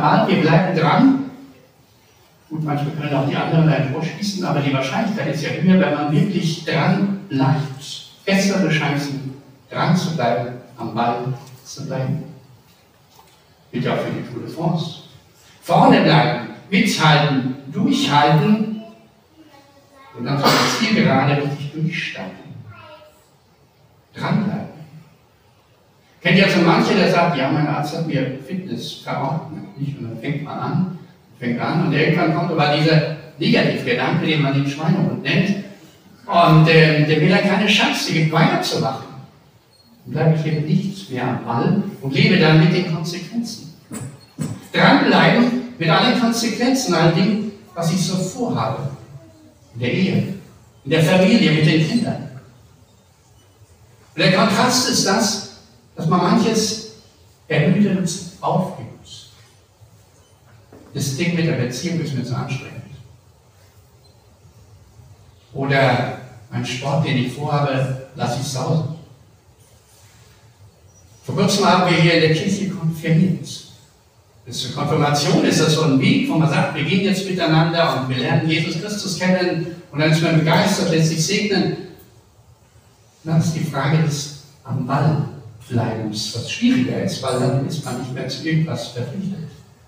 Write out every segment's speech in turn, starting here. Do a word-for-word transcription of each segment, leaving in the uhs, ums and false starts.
Ball, wir bleiben dran. Gut, manchmal können auch die anderen ein Tor schießen, aber die Wahrscheinlichkeit ist ja höher, wenn man wirklich dran bleibt. Bessere Chancen, dran zu bleiben, am Ball zu bleiben. Gilt ja auch für die Tour de France. Vorne bleiben, mithalten, durchhalten und dann so das Ziel gerade richtig durchstarten. Dranbleiben. Kennt ihr so manche, der sagt, ja, mein Arzt hat mir Fitness verordnet, nicht? Und dann fängt man an, fängt an und irgendwann kommt aber dieser Negativgedanke, den man den Schweinehund nennt, und äh, der will dann keine Chance, die gibt weiterzumachen. Dann bleibe ich eben nichts mehr am Ball und lebe dann mit den Konsequenzen. Dranbleiben mit allen Konsequenzen, all dem, was ich so vorhabe. In der Ehe, in der Familie, mit den Kindern. Und der Kontrast ist das, dass man manches ermüdet aufgibt. Das Ding mit der Beziehung ist mir zu anstrengend. Oder ein Sport, den ich vorhabe, lasse ich sausen. Vor kurzem haben wir hier in der Kirche konfirmiert. Zur Konfirmation ist das so ein Weg, wo man sagt, wir gehen jetzt miteinander und wir lernen Jesus Christus kennen und dann ist man begeistert, lässt sich segnen. Dann ist die Frage des am Ball Bleibens, was schwieriger ist, weil dann ist man nicht mehr zu irgendwas verpflichtet.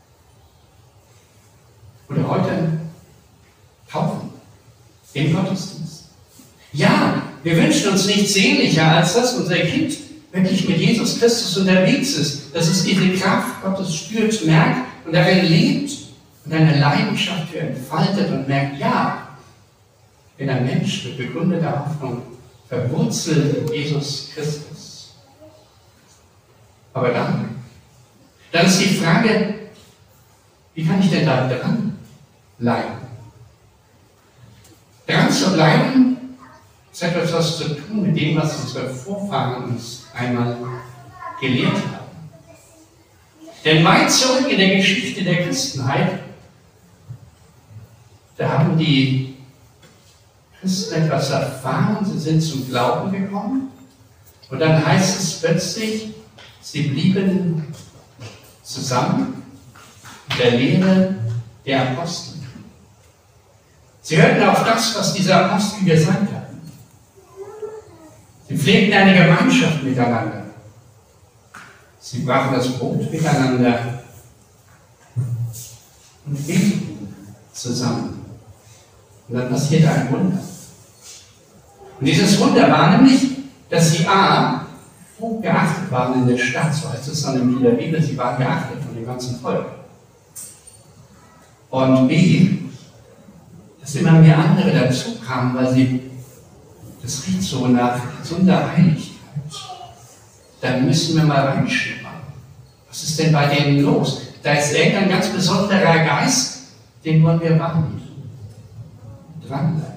Oder heute taufen im Gottesdienst. Ja, wir wünschen uns nichts sehnlicher, als dass unser Kind wirklich mit Jesus Christus unterwegs ist, dass es diese Kraft Gottes spürt, merkt und darin lebt und eine Leidenschaft für entfaltet und merkt, ja, ich bin ein Mensch mit begründeter Hoffnung, verwurzelt in Jesus Christus. Aber dann, dann ist die Frage, wie kann ich denn da dran bleiben? Dran zu bleiben, es hat etwas zu tun mit dem, was unsere Vorfahren uns einmal gelehrt haben. Denn weit zurück in der Geschichte der Christenheit, da haben die Christen etwas erfahren, sie sind zum Glauben gekommen und dann heißt es plötzlich, sie blieben zusammen in der Lehre der Apostel. Sie hörten auf das, was diese Apostel gesagt hatten. Sie pflegten eine Gemeinschaft miteinander. Sie brachen das Brot miteinander und beteten zusammen. Und dann passierte ein Wunder. Und dieses Wunder war nämlich, dass sie A, hoch geachtet waren in der Stadt, so heißt es dann in der Bibel, sie waren geachtet von dem ganzen Volk. Und B, dass immer mehr andere dazu kamen, weil sie, das riecht so nach gesunder Heiligkeit. Dann müssen wir mal reinschnuppern. Was ist denn bei denen los? Da ist irgendein ganz besonderer Geist, den wollen wir wahrnehmen. Dranbleiben.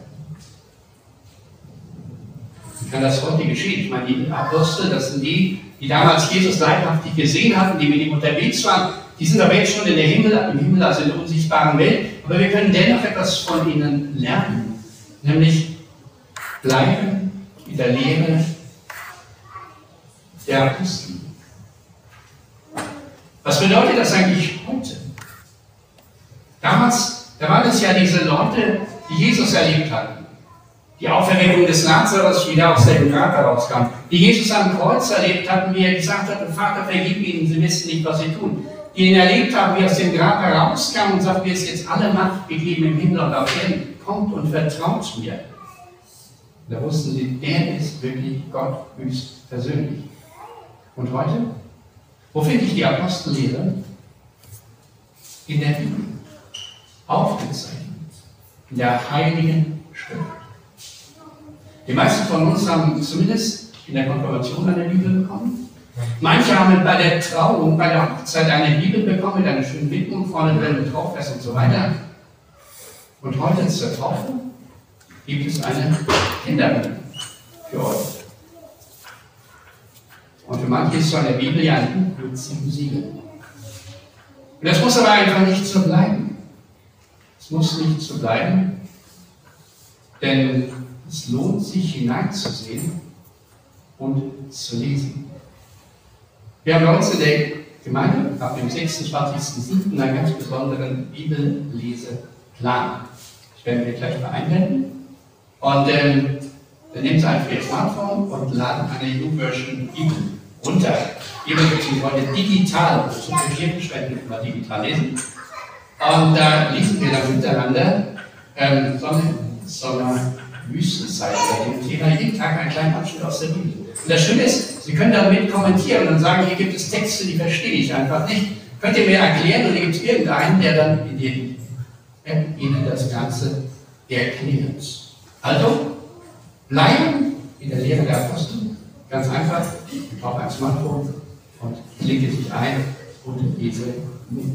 Wie kann das heute geschehen? Ich meine, die Apostel, das sind die, die damals Jesus leibhaftig gesehen hatten, die mit ihm unterwegs waren. Die sind aber jetzt schon in der Himmel, im Himmel, also in der unsichtbaren Welt. Aber wir können dennoch etwas von ihnen lernen. Nämlich bleiben in der Lehre der Apostel. Was bedeutet das eigentlich heute? Damals, da waren es ja diese Leute, die Jesus erlebt hatten. Die Auferweckung des Lazarus, wie wieder aus dem Grab herauskam. Die Jesus am Kreuz erlebt hatten, wie er gesagt hat, Vater, vergib ihnen, sie wissen nicht, was sie tun. Die ihn erlebt haben, wie er aus dem Grab herauskam und sagt, mir ist jetzt alle Macht gegeben im Himmel und auf Erden. Kommt und vertraut mir. Da wussten sie, der ist wirklich Gott höchst persönlich. Und heute? Wo finde ich die Apostellehre? In der Bibel. Aufgezeichnet. In der Heiligen Schrift. Die meisten von uns haben zumindest in der Konfirmation eine Bibel bekommen. Manche haben bei der Trauung, bei der Hochzeit eine Bibel bekommen mit einer schönen Widmung vorne drin mit Taufvers und so weiter. Und heute zur Taufe gibt es eine Kinderbibel für euch. Und für manche ist so eine Bibel ja ein Buch mit sieben Siegeln. Und das muss aber einfach nicht so bleiben. Es muss nicht so bleiben, denn es lohnt sich hineinzusehen und zu lesen. Wir haben bei uns in der Gemeinde ab dem sechsundzwanzigsten siebten einen ganz besonderen Bibelleseplan. Ich werde mir gleich mal einblenden. Und ähm, dann nehmen Sie einfach Ihr Smartphone und laden eine YouVersion Bibel runter. Bibel gibt es heute digital, zum Kirchenspenden immer digital lesen. Und da lesen wir dann miteinander ähm, so eine, so eine Wüstenzeit bei dem Thema, jeden Tag einen kleinen Abschnitt aus der Bibel. Und das Schöne ist, Sie können damit kommentieren und sagen, hier gibt es Texte, die verstehe ich einfach nicht. Könnt ihr mir erklären oder gibt es irgendeinen, der dann in den, äh, Ihnen das Ganze erklärt. Also, bleiben in der Lehre der Apostel. Ganz einfach, ich brauche ein Smartphone und klicke sich ein und lese mit.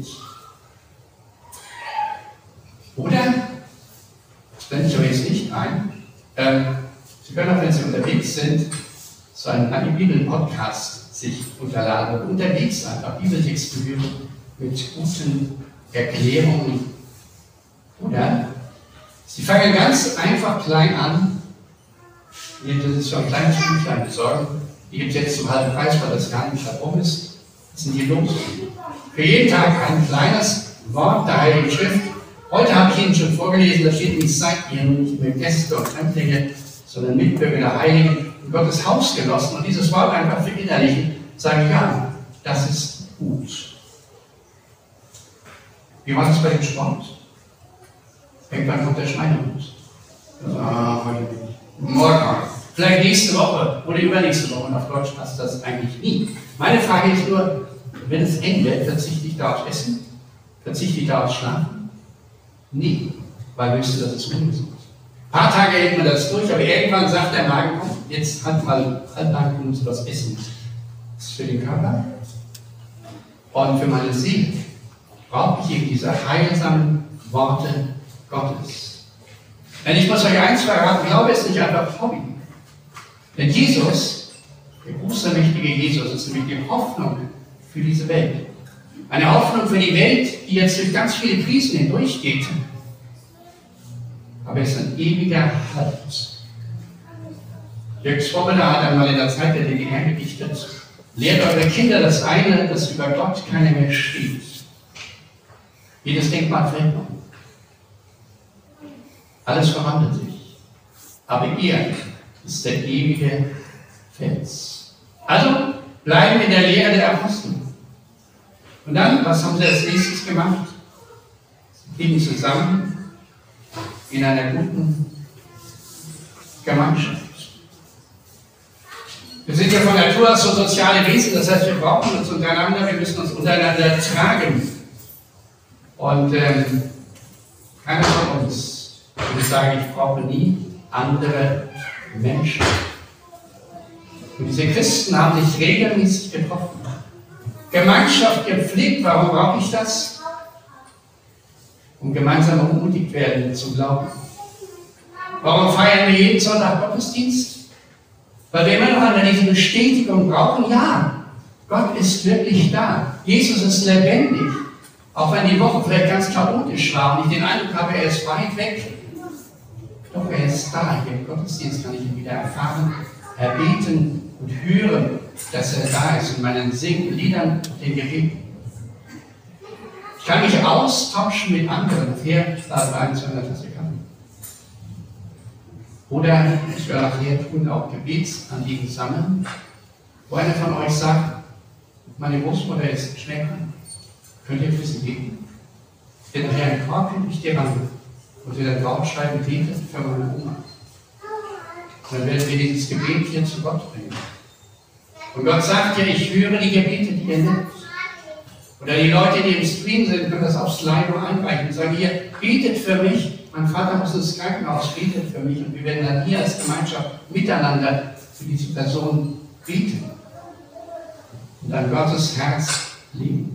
Oder, das blende ich euch jetzt nicht ein, ähm, Sie können auch, wenn Sie unterwegs sind, so einen Bibel-Podcast sich runterladen und unterwegs einfach Bibeltexte hören mit guten Erklärungen. Oder Sie fangen ganz einfach klein an. Das ist so ein kleines Büchlein besorgen. Die gibt es jetzt zum halben Preis, weil das gar nicht herum ist. Das sind die Losungen. Für jeden Tag ein kleines Wort der Heiligen Schrift. Heute habe ich Ihnen schon vorgelesen, da steht nicht, seid ihr nun nicht mehr Gäste und Fremdlinge, sondern Mitbürger der Heiligen und Gottes Hausgenossen. Und dieses Wort einfach verinnerlichen, sagen, ja, das ist gut. Wie war das bei dem Sport? Irgendwann kommt der Schweinehund. Ah, heute nicht. Morgen. Vielleicht nächste Woche oder übernächste Woche. Und auf Deutsch passt das eigentlich nie. Meine Frage ist nur, wenn es eng wird, verzichte ich da auf Essen? Verzichte ich da auf Schlafen? Nie. Weil ich wüsste, das ist ungesund. Ein paar Tage hält man das durch, aber irgendwann sagt der Magen, komm, jetzt halt mal halblang uns was essen. Das ist für den Körper. Und für meine Seele brauche ich eben diese heilsamen Worte Gottes. Denn ich muss euch eins verraten, Glaube ist nicht einfach Hobby. Denn Jesus, der große, mächtige Jesus, ist nämlich die Hoffnung für diese Welt. Eine Hoffnung für die Welt, die jetzt durch ganz viele Krisen hindurchgeht. Aber es ist ein ewiger Halt. Jörg Swoboda hat einmal in der Zeit der D D R gedichtet, lehrt eure Kinder das eine, dass über Gott keiner mehr steht. Jedes Denkmal fällt noch. Alles verwandelt sich. Aber er ist der ewige Fels. Also bleiben in der Lehre der Apostel. Und dann, was haben sie als nächstes gemacht? Sie blieben zusammen in einer guten Gemeinschaft. Wir sind ja von Natur aus so soziale Wesen, das heißt, wir brauchen uns untereinander, wir müssen uns untereinander tragen. Und ähm, keiner von uns würde sagen, ich brauche nie andere Menschen. Und diese Christen haben sich regelmäßig getroffen. Gemeinschaft gepflegt, warum brauche ich das? Um gemeinsam ermutigt werden zu glauben. Warum feiern wir jeden Sonntag Gottesdienst? Weil wir immer noch eine diese Bestätigung brauchen, ja, Gott ist wirklich da. Jesus ist lebendig. Auch wenn die Woche vielleicht ganz chaotisch war und ich den Eindruck habe, er ist weit weg. Doch er ist da. Hier im Gottesdienst kann ich ihn wieder erfahren, erbeten und hören, dass er da ist in meinen Singen, Liedern und den Gebeten. Ich kann mich austauschen mit anderen. Hier, da rein zu einer Tasse Kaffee. Oder ich werde nachher tun, auch Gebetsanliegen sammeln, wo einer von euch sagt, meine Großmutter ist schwer krank. Könnt ihr für sie beten? Ich werde nachher einen Korb ich dir ran und wir dann draufschreiben, betet für meine Oma. Und dann werden wir dieses Gebet hier zu Gott bringen. Und Gott sagt ja, ich höre die Gebete, die ihr nennt. Oder die Leute, die im Stream sind, können das auf Slido einreichen und sagen, hier, betet für mich. Mein Vater muss ins Krankenhaus, betet für mich. Und wir werden dann hier als Gemeinschaft miteinander für diese Person beten. Und an Gottes Herz leben.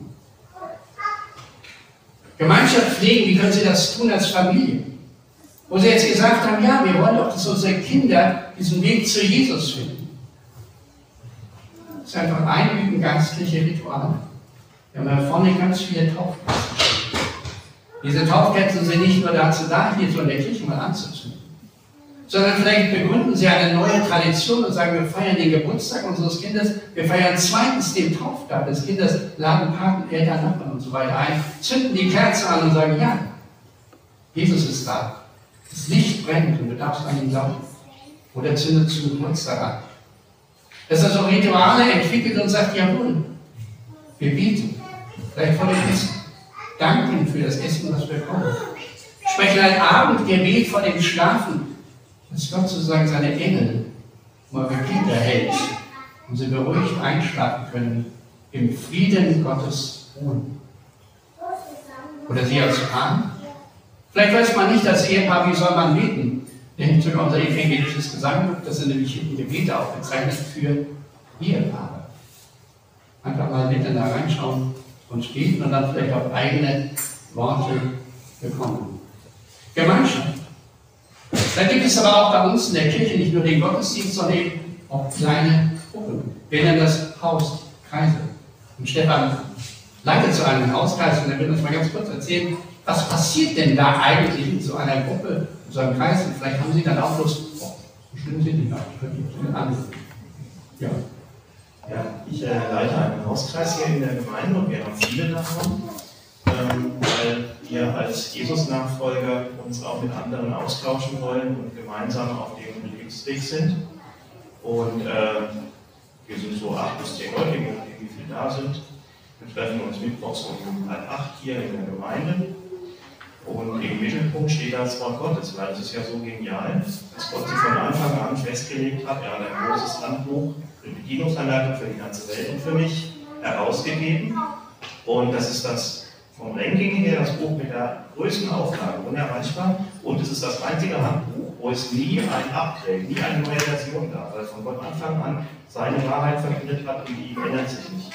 Gemeinschaft pflegen, wie können Sie das tun als Familie? Wo Sie jetzt gesagt haben, ja, wir wollen doch, dass unsere Kinder diesen Weg zu Jesus finden. Das ist einfach einüben geistliche Rituale. Wir haben da vorne ganz viele Taufkerzen. Diese Taufkerzen sind nicht nur dazu da, hier so in der Kirche mal anzuzünden, sondern vielleicht begründen sie eine neue Tradition und sagen, wir feiern den Geburtstag unseres Kindes, wir feiern zweitens den Tauftag des Kindes, laden Paten, Eltern, Nachbarn und so weiter ein, zünden die Kerze an und sagen, ja, Jesus ist da. Das Licht brennt und du darfst an ihn glauben. Oder zündet zum Geburtstag an. Dass er so Rituale entwickelt und sagt, jawohl, wir beten, vielleicht vor dem Essen, danken für das Essen, was wir bekommen. Sprechen ein Abendgebet vor dem Schlafen, dass Gott sozusagen seine Engel mal für Kinder hält und sie beruhigt einschlafen können, im Frieden Gottes ruhen. Oder sie als Paar. Vielleicht weiß man nicht, als Ehepaar, wie soll man beten. Denn sogar unser evangelisches Gesangbuch, das sind nämlich hinten Gebete aufgezeichnet für Ehepaare. Einfach mal miteinander reinschauen und beten und dann vielleicht auch eigene Worte bekommen. Gemeinschaft. Da gibt es aber auch bei uns in der Kirche nicht nur den Gottesdienst, sondern eben auch kleine Gruppen. Wir nennen das Hauskreise. Und Stefan leitet zu einem Hauskreis und er will uns mal ganz kurz erzählen, was passiert denn da eigentlich in so einer Gruppe, in so einem Kreis? Und vielleicht haben Sie dann auch Lust, oh, so schlimm sind die gar nicht, können die anrufen. Ja. Ja, ich äh, leite einen Hauskreis hier in der Gemeinde und wir haben viele davon, ähm, weil wir als Jesus-Nachfolger uns auch mit anderen austauschen wollen und gemeinsam auf dem Lebensweg sind. Und äh, wir sind so acht bis zehn Leute, wie viele da sind. Wir treffen uns mittwochs um halb acht hier in der Gemeinde. Und im Mittelpunkt steht das Wort Gottes, weil es ist ja so genial, dass Gott sich von Anfang an festgelegt hat. Er hat ein großes Handbuch, eine Bedienungsanleitung für die ganze Welt und für mich herausgegeben. Und das ist das vom Ranking her das Buch mit der größten Auflage, unerreichbar. Und es ist das einzige Handbuch, wo es nie ein Upgrade, nie eine neue Version gab, weil von Gott Anfang an seine Wahrheit verkündet hat und die ändert sich nicht.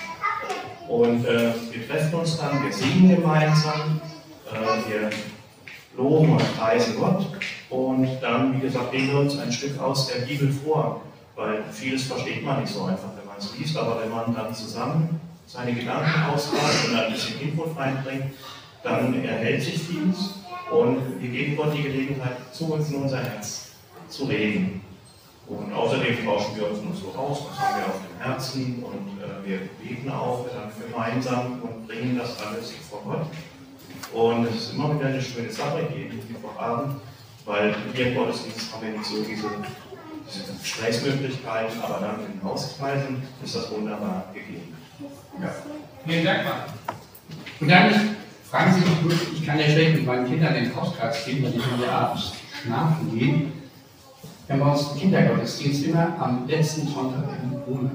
Und äh, wir treffen uns dann, wir singen gemeinsam. Wir loben und preisen Gott und dann, wie gesagt, legen wir uns ein Stück aus der Bibel vor, weil vieles versteht man nicht so einfach, wenn man es liest, aber wenn man dann zusammen seine Gedanken austauscht und ein bisschen Input reinbringt, dann erhält sich vieles und wir geben Gott die Gelegenheit, zu uns in unser Herz zu reden. Und außerdem tauschen wir uns nur so aus, das haben wir auf dem Herzen und äh, wir beten auch dann gemeinsam und bringen das alles vor Gott. Und es ist immer wieder eine schöne Sache, jeden Mittwochabend, weil hier im Gottesdienst haben wir nicht so diese, diese Gesprächsmöglichkeiten, aber dann in den Hauskreisen ist das wunderbar gegeben. Ja. Vielen Dank, Mann. Und dann fragen Sie mich, gut, ich kann ja schlecht mit meinen Kindern in den Hauskreis gehen, weil die können ja abends schlafen gehen. Wir haben bei uns den Kindergottesdienst immer am letzten Sonntag im Monat.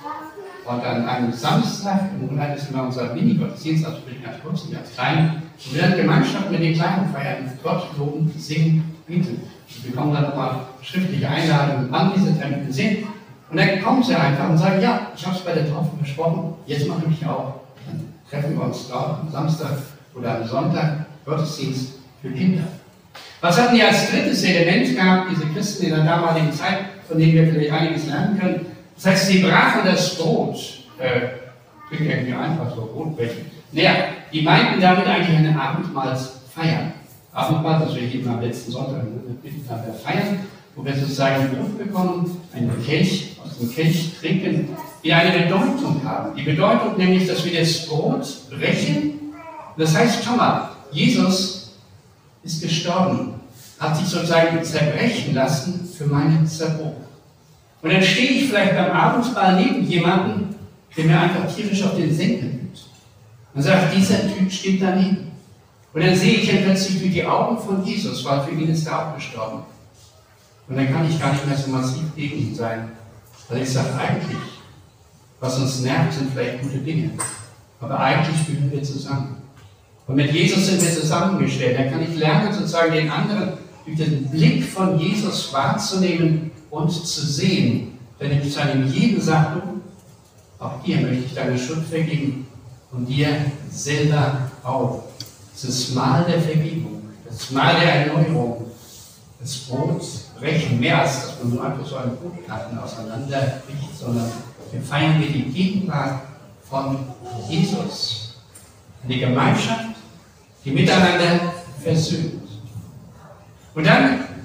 Und an einem Samstag im Monat ist immer unser Mini-Gottesdienst, also wirklich ganz kurz und ganz klein. Und wir dann Gemeinschaft mit den Kleinen feiern, Gott loben, singen, beten. Wir bekommen dann nochmal schriftliche Einladungen an diese Termine sehen. Und dann kommen sie einfach und sagen, ja, ich habe es bei der Taufe versprochen, jetzt mache ich mich auch. Dann treffen wir uns dort am Samstag oder am Sonntag, Gottesdienst für Kinder. Was hatten die als drittes Element gehabt, diese Christen in der damaligen Zeit, von denen wir vielleicht einiges lernen können? Das heißt, sie brachen das Brot. Äh, klingt irgendwie einfach so, Brotbrechen. Naja, die meinten damit eigentlich eine Abendmahlsfeier. Abendmahl, das wir jeden am letzten Sonntag miteinander feiern, wo wir sozusagen ein Brot bekommen, einen Kelch, aus dem Kelch trinken, die eine Bedeutung haben. Die Bedeutung nämlich, dass wir das Brot brechen. Das heißt, schau mal, Jesus ist gestorben, hat sich sozusagen zerbrechen lassen für meinen Zerbruch. Und dann stehe ich vielleicht beim Abendmahl neben jemandem, der mir einfach tierisch auf den Senkel gibt. Und sagt, dieser Typ steht daneben. Und dann sehe ich ihn plötzlich durch die Augen von Jesus, weil für ihn ist er auch gestorben. Und dann kann ich gar nicht mehr so massiv gegen ihn sein. Weil ich sage, eigentlich, was uns nervt, sind vielleicht gute Dinge. Aber eigentlich gehören wir zusammen. Und mit Jesus sind wir zusammengestellt. Dann kann ich lernen, sozusagen den anderen durch den Blick von Jesus wahrzunehmen und zu sehen, wenn ich zu einem jeden sage, auch dir möchte ich deine Schuld vergeben und dir selber auch. Das Mahl der Vergebung, das Mahl der Erneuerung, das Brot brechen, mehr als dass man nur einfach so einen Brotkarten auseinanderbricht, sondern wir feiern wir die Gegenwart von Jesus. Eine Gemeinschaft, die miteinander versöhnt. Und dann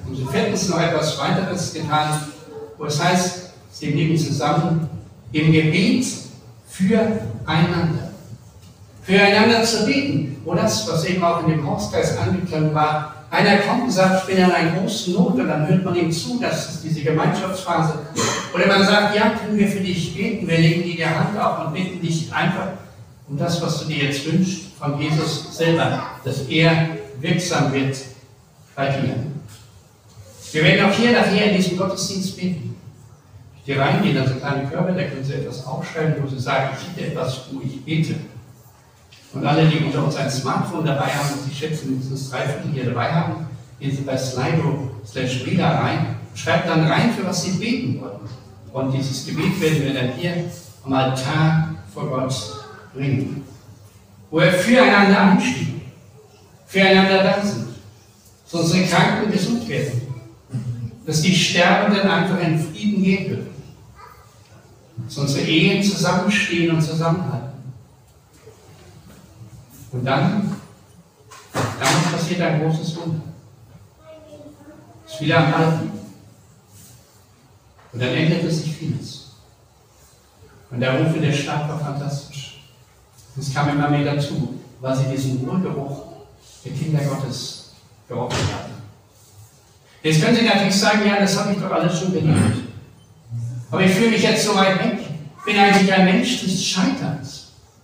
Und so viertens noch etwas weiteres getan, wo es heißt, sie leben zusammen im Gebet füreinander. Füreinander zu beten. Wo das, was eben auch in dem Hauskreis angeklungen war, einer kommt und sagt, ich bin in einer großen Not, und dann hört man ihm zu, das ist diese Gemeinschaftsphase. Oder man sagt, ja, können wir für dich beten, wir legen dir die Hand auf und bitten dich einfach um das, was du dir jetzt wünschst, von Jesus selber, dass er wirksam wird bei dir. Wir werden auch hier nachher in diesem Gottesdienst beten. Die reingehen, also kleine Körper, da können Sie etwas aufschreiben, wo Sie sagen, ich hätte etwas, wo ich bete. Und alle, die unter uns ein Smartphone dabei haben, und Sie schätzen mindestens drei Viertel hier dabei haben, gehen Sie bei Slido slash Reader rein, schreibt dann rein, für was Sie beten wollen. Und dieses Gebet werden wir dann hier am Altar vor Gott bringen. Wo wir füreinander anstehen, füreinander da sind, dass unsere Kranken gesund werden, dass die Sterbenden einfach in Frieden gehen dürfen, dass unsere Ehen zusammenstehen und zusammenhalten. Und dann, dann passiert ein großes Wunder. Es ist wieder am Alten. Und dann änderte sich vieles. Und der Ruf in der Stadt war fantastisch. Es kam immer mehr dazu, weil sie diesen Urgeruch der Kinder Gottes gerochen hatten. Jetzt können Sie natürlich sagen, ja, das habe ich doch alles schon gelernt. Aber ich fühle mich jetzt so weit weg. Ich bin eigentlich ein Mensch des Scheiterns.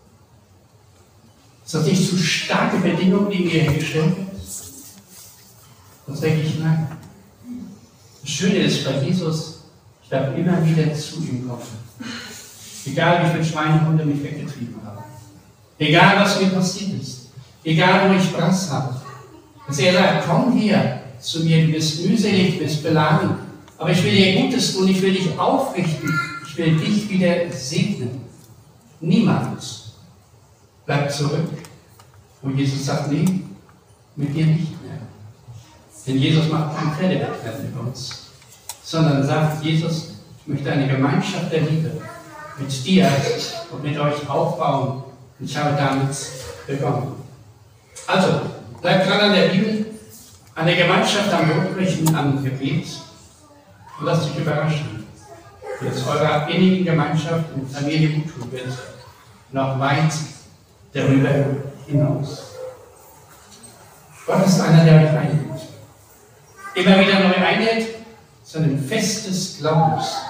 Ist das nicht zu starke Bedingungen, die mir gestellt werden? Das denke ich, nein. Das Schöne ist bei Jesus, ich darf immer wieder zu ihm kommen. Egal wie viele Schweinehunde mich weggetrieben haben. Egal was mir passiert ist. Egal wo ich Brass habe. Dass er sagt, komm hier zu mir, du bist mühselig, du bist beladen. Aber ich will dir Gutes tun, ich will dich aufrichten. Ich will dich wieder segnen. Niemand bleibt zurück. Und Jesus sagt, nee, mit dir nicht mehr. Denn Jesus macht kein Pferdewettrennen mit uns. Sondern sagt, Jesus, ich möchte eine Gemeinschaft der Liebe mit dir und mit euch aufbauen. Und ich habe damit begonnen. Also, bleibt dran an der Bibel, an der Gemeinschaft, am Lobpreisen, am Gebet. Und lasst euch überraschen, wie es eurer innigen Gemeinschaft und Familie gut tun wird. Noch weit darüber hinaus. Gott ist einer, der euch einlädt. Immer wieder neu einlädt, zu einem Fest des Glaubens.